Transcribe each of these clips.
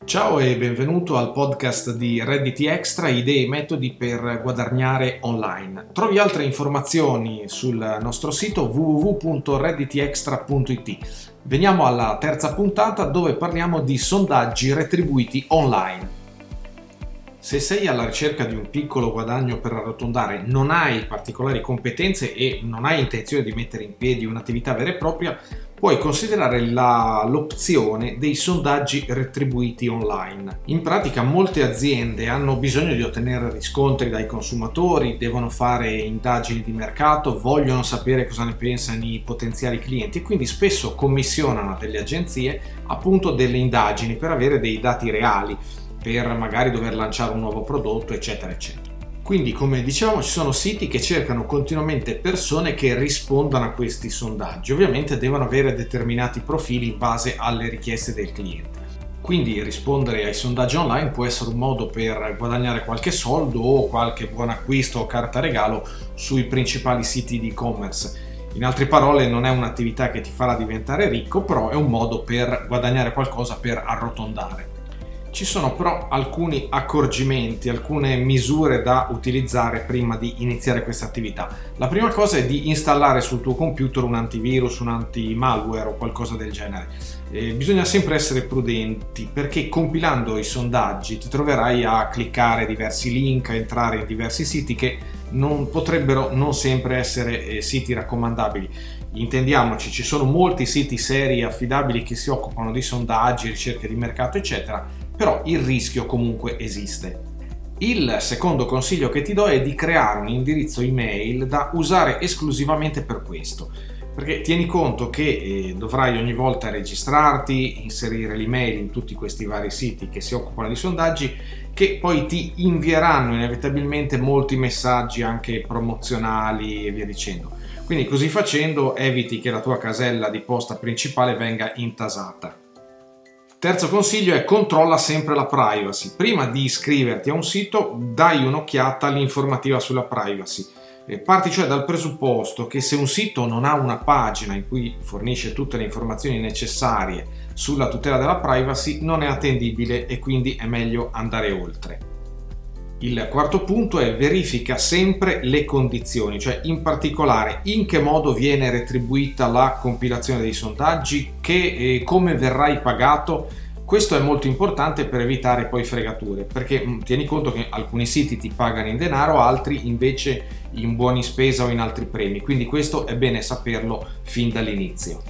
Ciao e benvenuto al podcast di Reddit Extra, idee e metodi per guadagnare online. Trovi altre informazioni sul nostro sito www.redditextra.it. Veniamo alla terza puntata dove parliamo di sondaggi retribuiti online. Se sei alla ricerca di un piccolo guadagno per arrotondare, non hai particolari competenze e non hai intenzione di mettere in piedi un'attività vera e propria, puoi considerare l'opzione dei sondaggi retribuiti online. In pratica molte aziende hanno bisogno di ottenere riscontri dai consumatori, devono fare indagini di mercato, vogliono sapere cosa ne pensano i potenziali clienti e quindi spesso commissionano a delle agenzie appunto delle indagini per avere dei dati reali, per magari dover lanciare un nuovo prodotto, eccetera, eccetera. Quindi, come dicevamo, ci sono siti che cercano continuamente persone che rispondano a questi sondaggi. Ovviamente devono avere determinati profili in base alle richieste del cliente. Quindi rispondere ai sondaggi online può essere un modo per guadagnare qualche soldo o qualche buon acquisto o carta regalo sui principali siti di e-commerce. In altre parole, non è un'attività che ti farà diventare ricco, però è un modo per guadagnare qualcosa per arrotondare. Ci sono però alcuni accorgimenti, alcune misure da utilizzare prima di iniziare questa attività. La prima cosa è di installare sul tuo computer un antivirus, un anti-malware o qualcosa del genere. Bisogna sempre essere prudenti perché compilando i sondaggi ti troverai a cliccare diversi link, a entrare in diversi siti che potrebbero non sempre essere siti raccomandabili. Intendiamoci, ci sono molti siti seri e affidabili che si occupano di sondaggi, ricerche di mercato, eccetera, però il rischio comunque esiste. Il secondo consiglio che ti do è di creare un indirizzo email da usare esclusivamente per questo, perché tieni conto che dovrai ogni volta registrarti, inserire l'email in tutti questi vari siti che si occupano di sondaggi, che poi ti invieranno inevitabilmente molti messaggi anche promozionali e via dicendo. Quindi così facendo eviti che la tua casella di posta principale venga intasata. Terzo consiglio è controlla sempre la privacy. Prima di iscriverti a un sito dai un'occhiata all'informativa sulla privacy. Parti cioè dal presupposto che se un sito non ha una pagina in cui fornisce tutte le informazioni necessarie sulla tutela della privacy non è attendibile e quindi è meglio andare oltre. Il quarto punto è verifica sempre le condizioni, cioè in particolare in che modo viene retribuita la compilazione dei sondaggi, come verrai pagato. Questo è molto importante per evitare poi fregature, perché tieni conto che alcuni siti ti pagano in denaro, altri invece in buoni spesa o in altri premi, quindi questo è bene saperlo fin dall'inizio.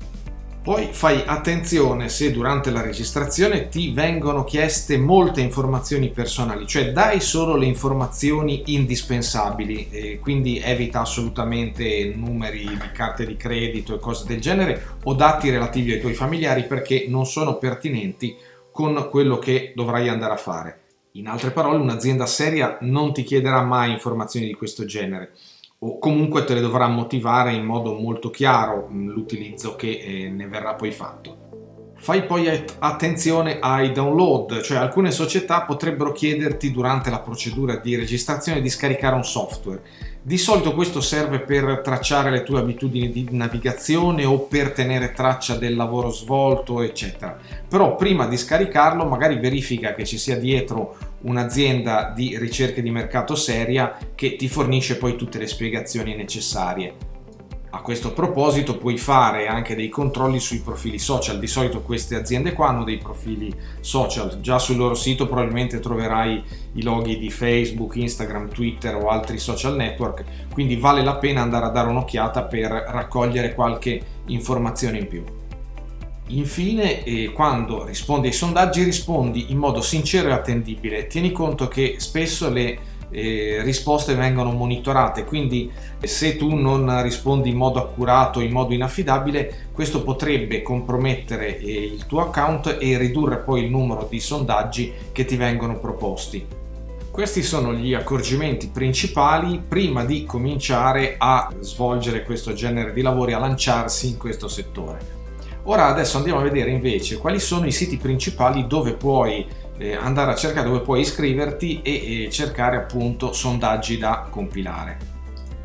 Poi fai attenzione se durante la registrazione ti vengono chieste molte informazioni personali, cioè dai solo le informazioni indispensabili, quindi evita assolutamente numeri di carte di credito e cose del genere o dati relativi ai tuoi familiari perché non sono pertinenti con quello che dovrai andare a fare. In altre parole, un'azienda seria non ti chiederà mai informazioni di questo genere, o comunque te le dovrà motivare in modo molto chiaro l'utilizzo che ne verrà poi fatto. Fai poi attenzione ai download, cioè alcune società potrebbero chiederti durante la procedura di registrazione di scaricare un software. Di solito questo serve per tracciare le tue abitudini di navigazione o per tenere traccia del lavoro svolto, eccetera. Però prima di scaricarlo magari verifica che ci sia dietro un'azienda di ricerche di mercato seria che ti fornisce poi tutte le spiegazioni necessarie. A questo proposito puoi fare anche dei controlli sui profili social. Di solito queste aziende qua hanno dei profili social, già sul loro sito probabilmente troverai i loghi di Facebook, Instagram, Twitter o altri social network, quindi vale la pena andare a dare un'occhiata per raccogliere qualche informazione in più. Infine, quando rispondi ai sondaggi rispondi in modo sincero e attendibile. Tieni conto che spesso le risposte vengono monitorate, quindi se tu non rispondi in modo accurato, in modo inaffidabile, questo potrebbe compromettere il tuo account e ridurre poi il numero di sondaggi che ti vengono proposti. Questi sono gli accorgimenti principali prima di cominciare a svolgere questo genere di lavori, a lanciarsi in questo settore. Ora adesso andiamo a vedere invece quali sono i siti principali dove puoi andare a cercare, dove puoi iscriverti e cercare appunto sondaggi da compilare.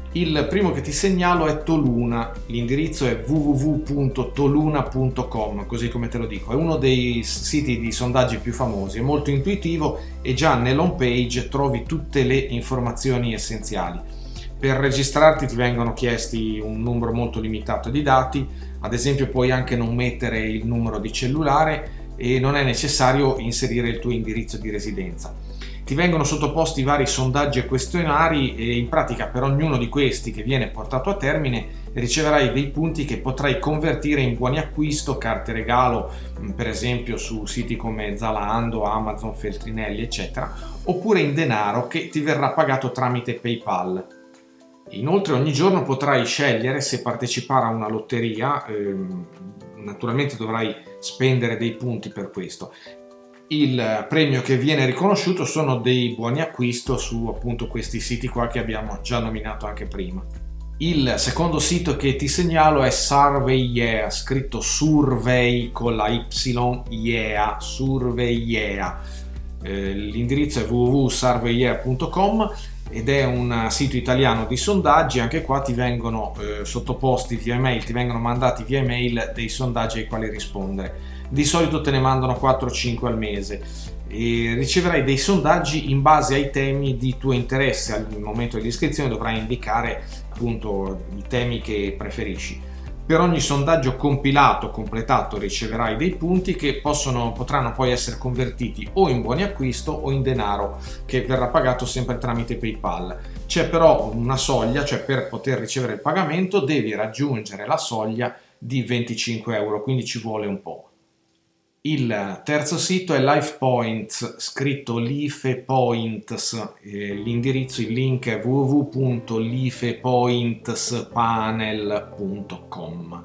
Il primo che ti segnalo è Toluna, l'indirizzo è www.toluna.com, così come te lo dico, è uno dei siti di sondaggi più famosi, è molto intuitivo e già nell'home page trovi tutte le informazioni essenziali. Per registrarti ti vengono chiesti un numero molto limitato di dati, ad esempio puoi anche non mettere il numero di cellulare e non è necessario inserire il tuo indirizzo di residenza. Ti vengono sottoposti vari sondaggi e questionari e in pratica per ognuno di questi che viene portato a termine riceverai dei punti che potrai convertire in buoni acquisto, carte regalo, per esempio su siti come Zalando, Amazon, Feltrinelli, eccetera, oppure in denaro che ti verrà pagato tramite PayPal. Inoltre ogni giorno potrai scegliere se partecipare a una lotteria, naturalmente dovrai spendere dei punti per questo. Il premio che viene riconosciuto sono dei buoni acquisto su appunto questi siti qua che abbiamo già nominato anche prima. Il secondo sito che ti segnalo è Survey Yeah, scritto Survey con la Y, Yeah, Survey Yeah. L'indirizzo è www.surveyyear.com ed è un sito italiano di sondaggi. Anche qua ti vengono sottoposti via email, ti vengono mandati via email dei sondaggi ai quali rispondere. Di solito te ne mandano 4-5 al mese e riceverai dei sondaggi in base ai temi di tuo interesse. Al momento dell'iscrizione dovrai indicare appunto i temi che preferisci. Per ogni sondaggio compilato, completato, riceverai dei punti che potranno poi essere convertiti o in buoni acquisto o in denaro che verrà pagato sempre tramite PayPal. C'è però una soglia, cioè per poter ricevere il pagamento devi raggiungere la soglia di 25 euro, quindi ci vuole un po'. Il terzo sito è LifePoints, scritto LifePoints, l'indirizzo, il link è www.lifepointspanel.com.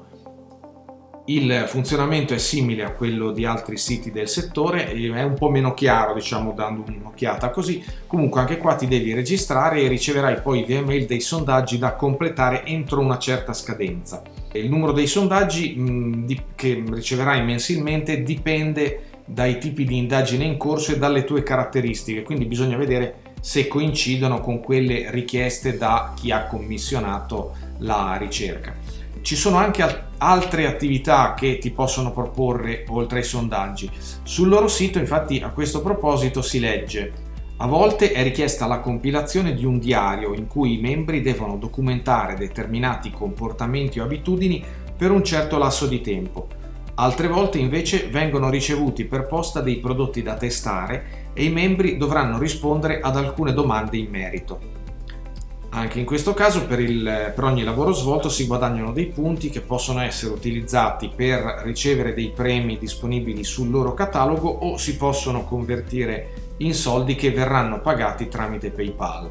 Il funzionamento è simile a quello di altri siti del settore e è un po' meno chiaro, diciamo, dando un'occhiata così. Comunque anche qua ti devi registrare e riceverai poi via email dei sondaggi da completare entro una certa scadenza. Il numero dei sondaggi che riceverai mensilmente dipende dai tipi di indagine in corso e dalle tue caratteristiche, quindi bisogna vedere se coincidono con quelle richieste da chi ha commissionato la ricerca. Ci sono anche altre attività che ti possono proporre oltre ai sondaggi. Sul loro sito, infatti, a questo proposito si legge: a volte è richiesta la compilazione di un diario in cui i membri devono documentare determinati comportamenti o abitudini per un certo lasso di tempo. Altre volte invece vengono ricevuti per posta dei prodotti da testare e i membri dovranno rispondere ad alcune domande in merito. Anche in questo caso per ogni lavoro svolto si guadagnano dei punti che possono essere utilizzati per ricevere dei premi disponibili sul loro catalogo o si possono convertire in soldi che verranno pagati tramite PayPal.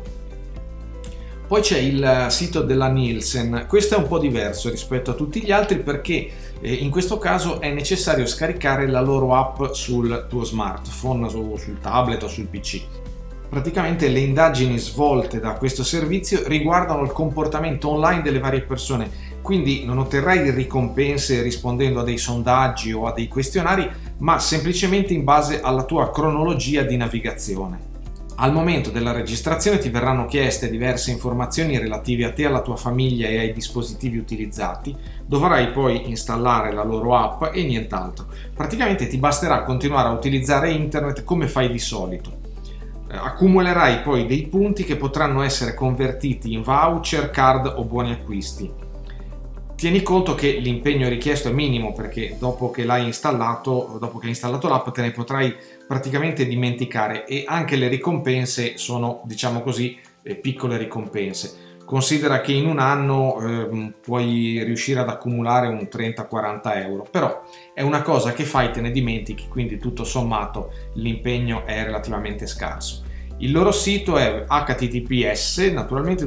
Poi c'è il sito della Nielsen. Questo è un po' diverso rispetto a tutti gli altri perché in questo caso è necessario scaricare la loro app sul tuo smartphone o sul tablet o sul PC. Praticamente le indagini svolte da questo servizio riguardano il comportamento online delle varie persone, quindi non otterrai ricompense rispondendo a dei sondaggi o a dei questionari, ma semplicemente in base alla tua cronologia di navigazione. Al momento della registrazione ti verranno chieste diverse informazioni relative a te, alla tua famiglia e ai dispositivi utilizzati. Dovrai poi installare la loro app e nient'altro. Praticamente ti basterà continuare a utilizzare internet come fai di solito. Accumulerai poi dei punti che potranno essere convertiti in voucher, card o buoni acquisti. Tieni conto che l'impegno richiesto è minimo perché dopo che hai installato l'app te ne potrai praticamente dimenticare e anche le ricompense sono, diciamo così, piccole ricompense. Considera che in un anno puoi riuscire ad accumulare un 30-40 euro, però è una cosa che fai, te ne dimentichi, quindi tutto sommato l'impegno è relativamente scarso. Il loro sito è https naturalmente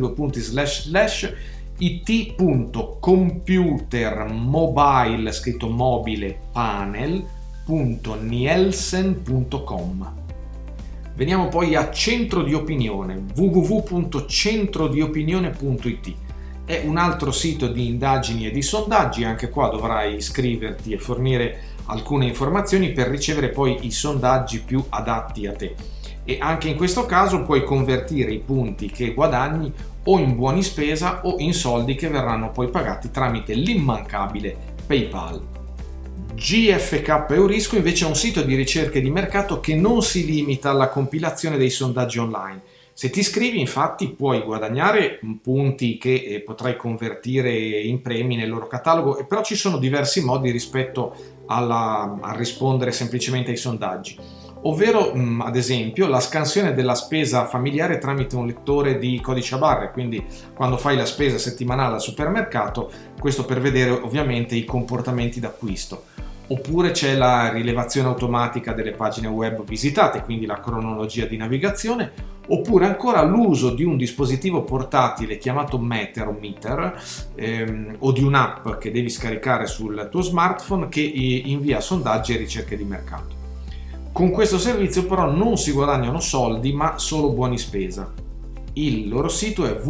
it.computermobile scritto mobile panel.nielsen.com. Veniamo poi a Centro di Opinione, www.centrodiopinione.it. È un altro sito di indagini e di sondaggi, anche qua dovrai iscriverti e fornire alcune informazioni per ricevere poi i sondaggi più adatti a te. E anche in questo caso puoi convertire i punti che guadagni o in buoni spesa o in soldi che verranno poi pagati tramite l'immancabile PayPal. GFK Eurisco invece è un sito di ricerche di mercato che non si limita alla compilazione dei sondaggi online. Se ti iscrivi, infatti, puoi guadagnare punti che potrai convertire in premi nel loro catalogo, però ci sono diversi modi rispetto a rispondere semplicemente ai sondaggi, ovvero ad esempio la scansione della spesa familiare tramite un lettore di codice a barre, quindi quando fai la spesa settimanale al supermercato, questo per vedere ovviamente i comportamenti d'acquisto. Oppure c'è la rilevazione automatica delle pagine web visitate, quindi la cronologia di navigazione, oppure ancora l'uso di un dispositivo portatile chiamato Meter o di un'app che devi scaricare sul tuo smartphone che invia sondaggi e ricerche di mercato. Con questo servizio però non si guadagnano soldi ma solo buoni spesa. Il loro sito è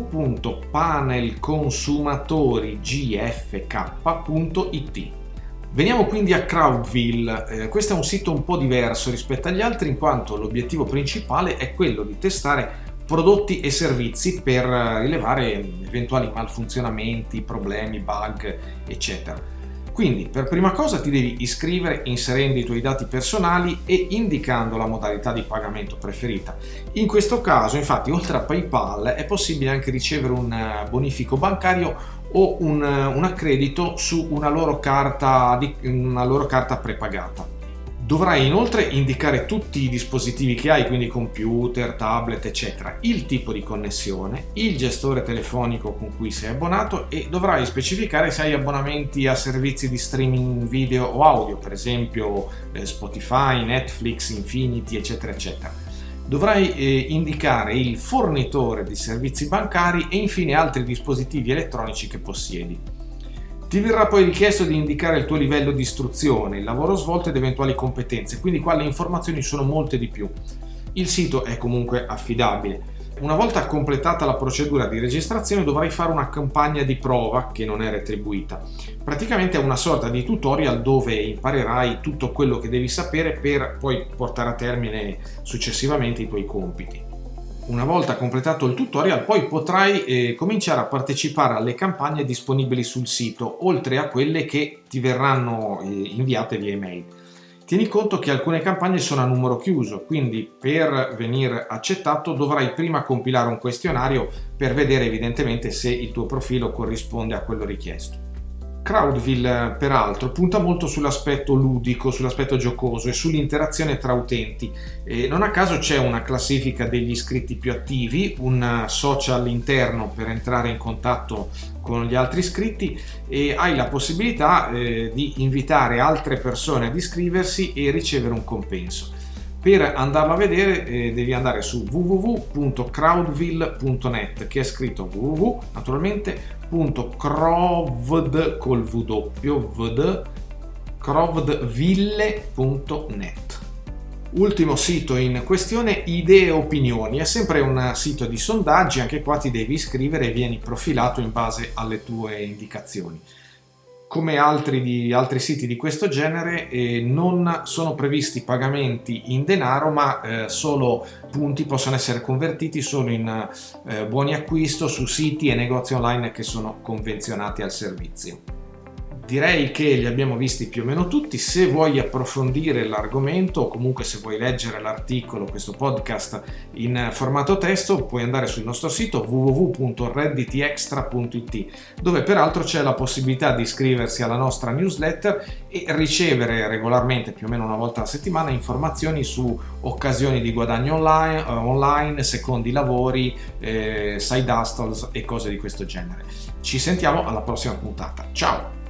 www.panelconsumatorigfk.it. Veniamo quindi a Crowdville. Questo è un sito un po' diverso rispetto agli altri in quanto l'obiettivo principale è quello di testare prodotti e servizi per rilevare eventuali malfunzionamenti, problemi, bug, eccetera. Quindi per prima cosa ti devi iscrivere inserendo i tuoi dati personali e indicando la modalità di pagamento preferita. In questo caso, infatti, oltre a PayPal è possibile anche ricevere un bonifico bancario o un accredito su una loro carta prepagata. Dovrai inoltre indicare tutti i dispositivi che hai, quindi computer, tablet, eccetera, il tipo di connessione, il gestore telefonico con cui sei abbonato e dovrai specificare se hai abbonamenti a servizi di streaming video o audio, per esempio Spotify, Netflix, Infinity, eccetera, eccetera. Dovrai indicare il fornitore di servizi bancari e infine altri dispositivi elettronici che possiedi. Ti verrà poi richiesto di indicare il tuo livello di istruzione, il lavoro svolto ed eventuali competenze, quindi qua le informazioni sono molte di più. Il sito è comunque affidabile. Una volta completata la procedura di registrazione dovrai fare una campagna di prova che non è retribuita. Praticamente è una sorta di tutorial dove imparerai tutto quello che devi sapere per poi portare a termine successivamente i tuoi compiti. Una volta completato il tutorial poi potrai cominciare a partecipare alle campagne disponibili sul sito, oltre a quelle che ti verranno inviate via email. Tieni conto che alcune campagne sono a numero chiuso, quindi per venire accettato dovrai prima compilare un questionario per vedere evidentemente se il tuo profilo corrisponde a quello richiesto. Crowdville, peraltro, punta molto sull'aspetto ludico, sull'aspetto giocoso e sull'interazione tra utenti. Non a caso c'è una classifica degli iscritti più attivi, un social interno per entrare in contatto con gli altri iscritti e hai la possibilità di invitare altre persone ad iscriversi e ricevere un compenso. Per andarlo a vedere devi andare su www.crowdville.net, che è scritto www.crowdville.net. Ultimo sito in questione, Idee e Opinioni, è sempre un sito di sondaggi, anche qua ti devi iscrivere e vieni profilato in base alle tue indicazioni. Come altri siti di questo genere non sono previsti pagamenti in denaro, ma solo punti possono essere convertiti solo in buoni acquisto su siti e negozi online che sono convenzionati al servizio. Direi che li abbiamo visti più o meno tutti. Se vuoi approfondire l'argomento o comunque se vuoi leggere l'articolo, questo podcast in formato testo, puoi andare sul nostro sito www.redditextra.it, dove peraltro c'è la possibilità di iscriversi alla nostra newsletter e ricevere regolarmente, più o meno una volta alla settimana, informazioni su occasioni di guadagno online, secondi lavori, side hustles e cose di questo genere. Ci sentiamo alla prossima puntata. Ciao!